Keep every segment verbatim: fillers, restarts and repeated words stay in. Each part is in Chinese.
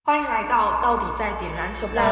欢迎来到到底在点燃什么？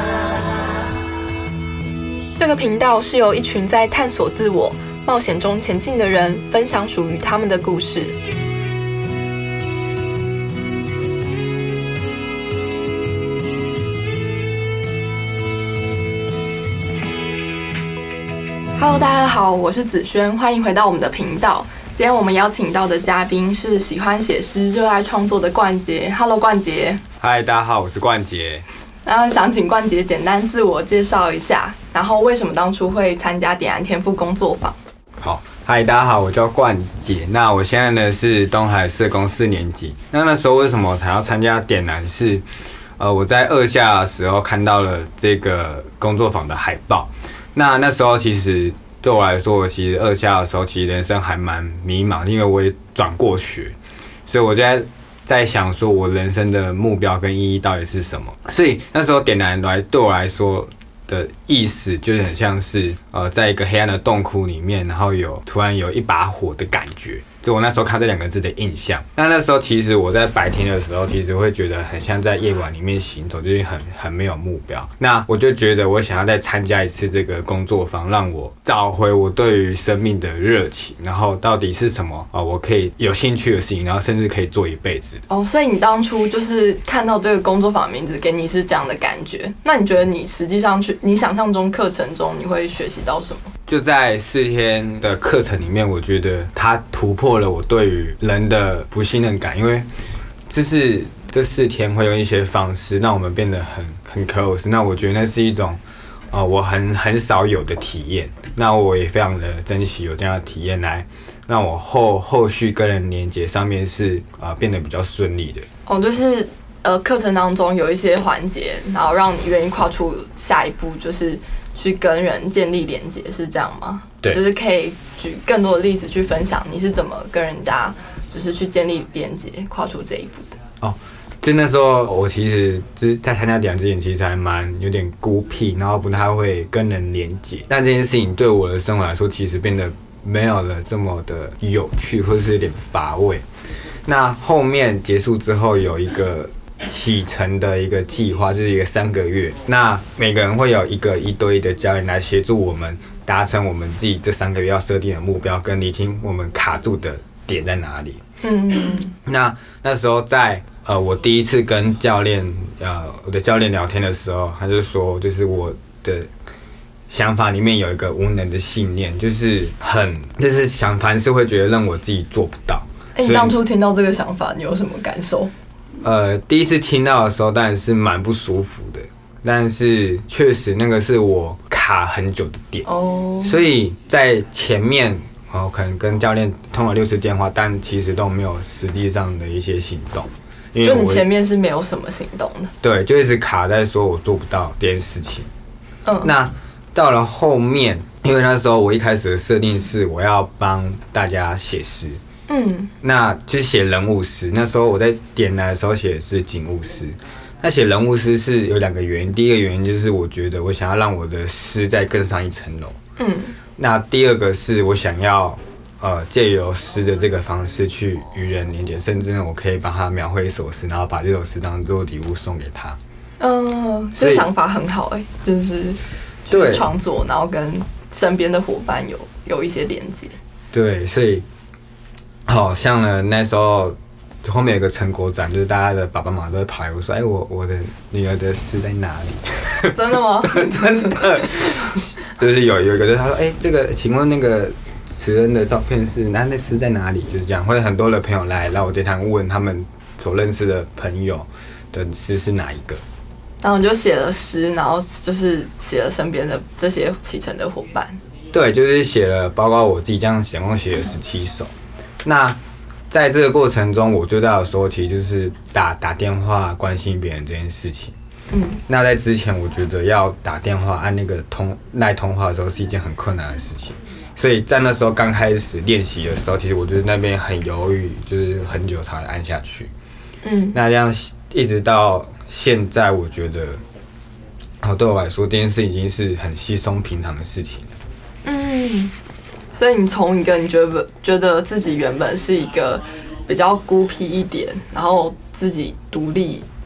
这个频道是由一群在探索自我、冒险中前进的人分享属于他们的故事。Hello， 大家好，我是子轩，欢迎回到我们的频道。今天我们邀请到的嘉宾是喜欢写诗、热爱创作的冠杰。Hello， 冠杰。 嗨，大家好，我是冠杰。 然后想请冠杰简单自我介绍一下，然后为什么当初会参加点燃天赋工作坊？ 好，嗨，大家好，我叫冠杰。那我现在呢是东海社工四年级。那那时候为什么我才要参加点燃？是呃我在二下的时候看到了这个工作坊的海报。那那时候其实对我来说，我其实二下的时候，其实人生还蛮迷茫，因为我也转过学，所以我就在在想说，我人生的目标跟意义到底是什么？所以那时候点燃来对我来说的意思，就是很像是呃，在一个黑暗的洞窟里面，然后有突然有一把火的感觉。就我那时候看这两个字的印象。那那时候其实我在白天的时候，其实会觉得很像在夜晚里面行走，就是很很没有目标。那我就觉得我想要再参加一次这个工作坊，让我找回我对于生命的热情，然后到底是什么啊、呃，我可以有兴趣的事情，然后甚至可以做一辈子。 哦，所以你当初就是看到这个工作坊名字，给你是这样的感觉。那你觉得你实际上去，你想象中课程中你会学习到什么？ 就在四天的课程里面，我觉得它突破了我对于人的不信任感，因为就是这四天会用一些方式让我们变得很很 close。那我觉得那是一种呃我很很少有的体验。那我也非常的珍惜有这样的体验，来让我后后续跟人连接上面是呃变得比较顺利的。 哦，就是呃课程当中有一些环节，然后让你愿意跨出下一步，就是去跟人建立连结，是这样吗？ 对， 就是可以举更多的例子去分享你是怎么跟人家就是去建立连结，跨出这一步的。 哦，就那时候我其实就是在参加点燃之前，其实还蛮有点孤僻，然后不太会跟人连结。但这件事情对我的生活来说，其实变得没有了这么的有趣，或者是有点乏味。那后面结束之后，有一个启程的一个计划，就是一个三个月。那每个人会有一个一对一的教练来协助我们达成我们自己这三个月要设定的目标，跟理清我们卡住的点在哪里。 嗯， 那那时候在呃我第一次跟教练呃我的教练聊天的时候，他就说，就是我的想法里面有一个无能的信念，就是很就是想凡事会觉得让我自己做不到。 哎、欸，你当初听到这个想法，你有什么感受？ 呃，第一次听到的时候，当然是蛮不舒服的，但是确实那个是我卡很久的点哦， oh. 所以在前面哦，可能跟教练通了六次电话，但其实都没有实际上的一些行动，因为就你前面是没有什么行动的， 对，就一直卡在说我做不到这件事情。 嗯， 那到了后面，因为那时候我一开始的设定是我要帮大家写诗。嗯，那就是写人物诗。那时候我在点燃的时候写的是景物诗。那写人物诗是有两个原因，第一个原因就是我觉得我想要让我的诗再更上一层楼。嗯，那第二个是我想要呃借由诗的这个方式去与人连接，甚至呢我可以帮他描绘一首诗，然后把这首诗当做礼物送给他。 嗯，这想法很好哎、欸，就是去创作，然后跟身边的伙伴有有一些连接。对， 所以。好像呢，那时候后面有个成果展，就是大家的爸爸妈妈都会跑来我说：“哎、欸，我我的女儿的诗在哪里？” 真的吗？ 真的，就是有有一个，就是他说：“哎、欸，这个，请问那个慈恩的照片是那那诗在哪里？”就是这样，或者很多的朋友来来我这堂问他们所认识的朋友的诗是哪一个， 然后你就写了诗，然后就是写了身边的这些启程的伙伴。 对，就是写了，包括我自己这样，总共写了十七首。那在这个过程中，我最大的收获其实就是打打电话关心别人这件事情。嗯，那在之前，我觉得要打电话按那个通赖通话的时候是一件很困难的事情，所以在那时候刚开始练习的时候，其实我觉得那边很犹豫，就是很久才按下去。嗯，那这样一直到现在，我觉得，哦，对我来说，这件事已经是很稀松平常的事情了。 嗯。所以你从一个你觉得觉得自己原本是一个比较孤僻一点，然后自己独立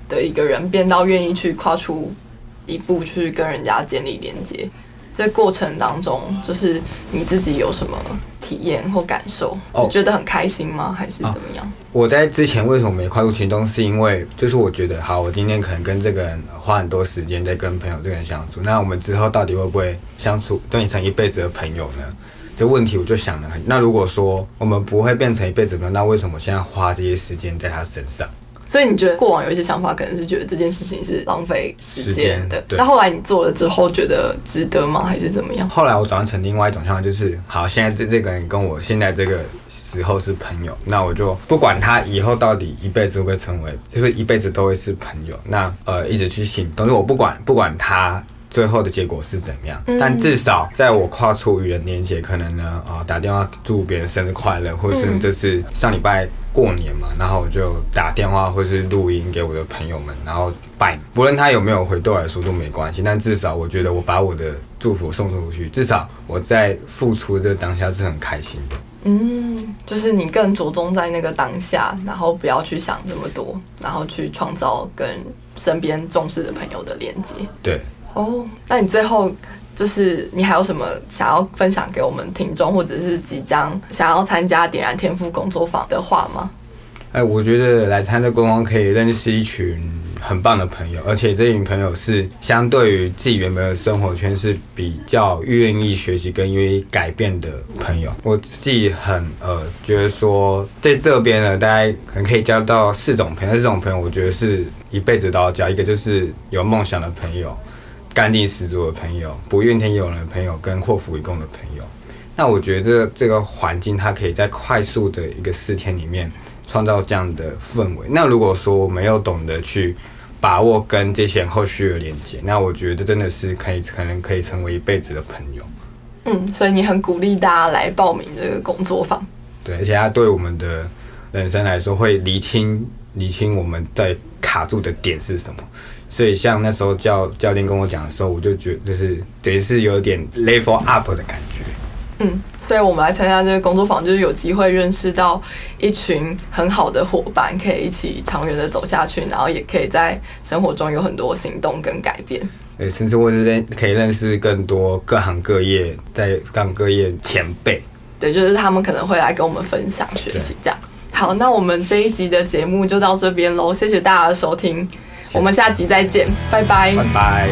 的一个人变到愿意去跨出一步去跟人家建立连接？这过程当中，就是你自己有什么体验或感受？哦、你觉得很开心吗？还是怎么样？哦、 我在之前为什么没跨出行动，是因为就是我觉得，好，我今天可能跟这个人花很多时间在跟朋友这个人相处，那我们之后到底会不会相处变成一辈子的朋友呢？这问题我就想了很。那如果说我们不会变成一辈子的朋友，那为什么现在花这些时间在他身上？ 所以你觉得过往有一些想法，可能是觉得这件事情是浪费时间的。 对。 那后来你做了之后，觉得值得吗？还是怎么样？ 后来我转换成另外一种想法，就是好，现在这这个人跟我现在这个时候是朋友，那我就不管他以后到底一辈子会不会成为，就是一辈子都会是朋友。那呃，一直去行动，我不管不管他最后的结果是怎么样，嗯、但至少在我跨出与人连结，可能呢啊、呃、打电话祝别人生日快乐，或是这次上礼拜过年嘛，然后我就打电话或是录音给我的朋友们，然后拜，不论他有没有回，对我来说都没关系。但至少我觉得我把我的祝福送出去，至少我在付出这当下是很开心的。 嗯，就是你更着重在那个当下，然后不要去想这么多，然后去创造跟身边重视的朋友的连接。 对。 哦，那你最后就是你还有什么想要分享给我们听众，或者是即将想要参加点燃天赋工作坊的话吗？ 哎，我觉得来参加工作坊可以认识一群很棒的朋友，而且这群朋友是相对于自己原本的生活圈是比较愿意学习跟愿意改变的朋友。我自己很呃觉得说，在这边呢，大家可能可以交到四种朋友，这种朋友我觉得是一辈子都要交。一个就是有梦想的朋友，干劲十足的朋友，不怨天尤人的朋友，跟祸福与共的朋友。那我觉得这个、这个环境，它可以在快速的一个四天里面创造这样的氛围。那如果说我没有懂得去把握跟这些人后续的连接，那我觉得真的是可以，可能可以成为一辈子的朋友。 嗯，所以你很鼓励大家来报名这个工作坊。 对，而且它对我们的人生来说，会厘清厘清我们在卡住的点是什么。所以像那时候教教练跟我讲的时候，我就觉得就是等于是有点 level up 的感觉。 嗯，所以我们来参加这个工作坊，就是有机会认识到一群很好的伙伴，可以一起长远的走下去，然后也可以在生活中有很多行动跟改变。 对，甚至我这可以认识更多各行各业在各行各业前辈。 对，就是他们可能会来跟我们分享学习这样。好，那我们这一集的节目就到这边咯，谢谢大家的收听。我们下集再见，拜拜。 拜拜。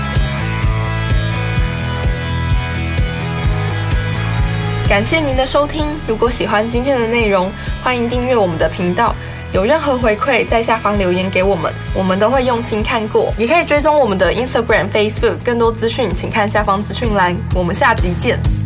感谢您的收听，如果喜欢今天的内容，欢迎订阅我们的频道。有任何回馈，在下方留言给我们，我们都会用心看过。也可以追踪我们的 Instagram、Facebook， 更多资讯请看下方资讯栏。我们下集见。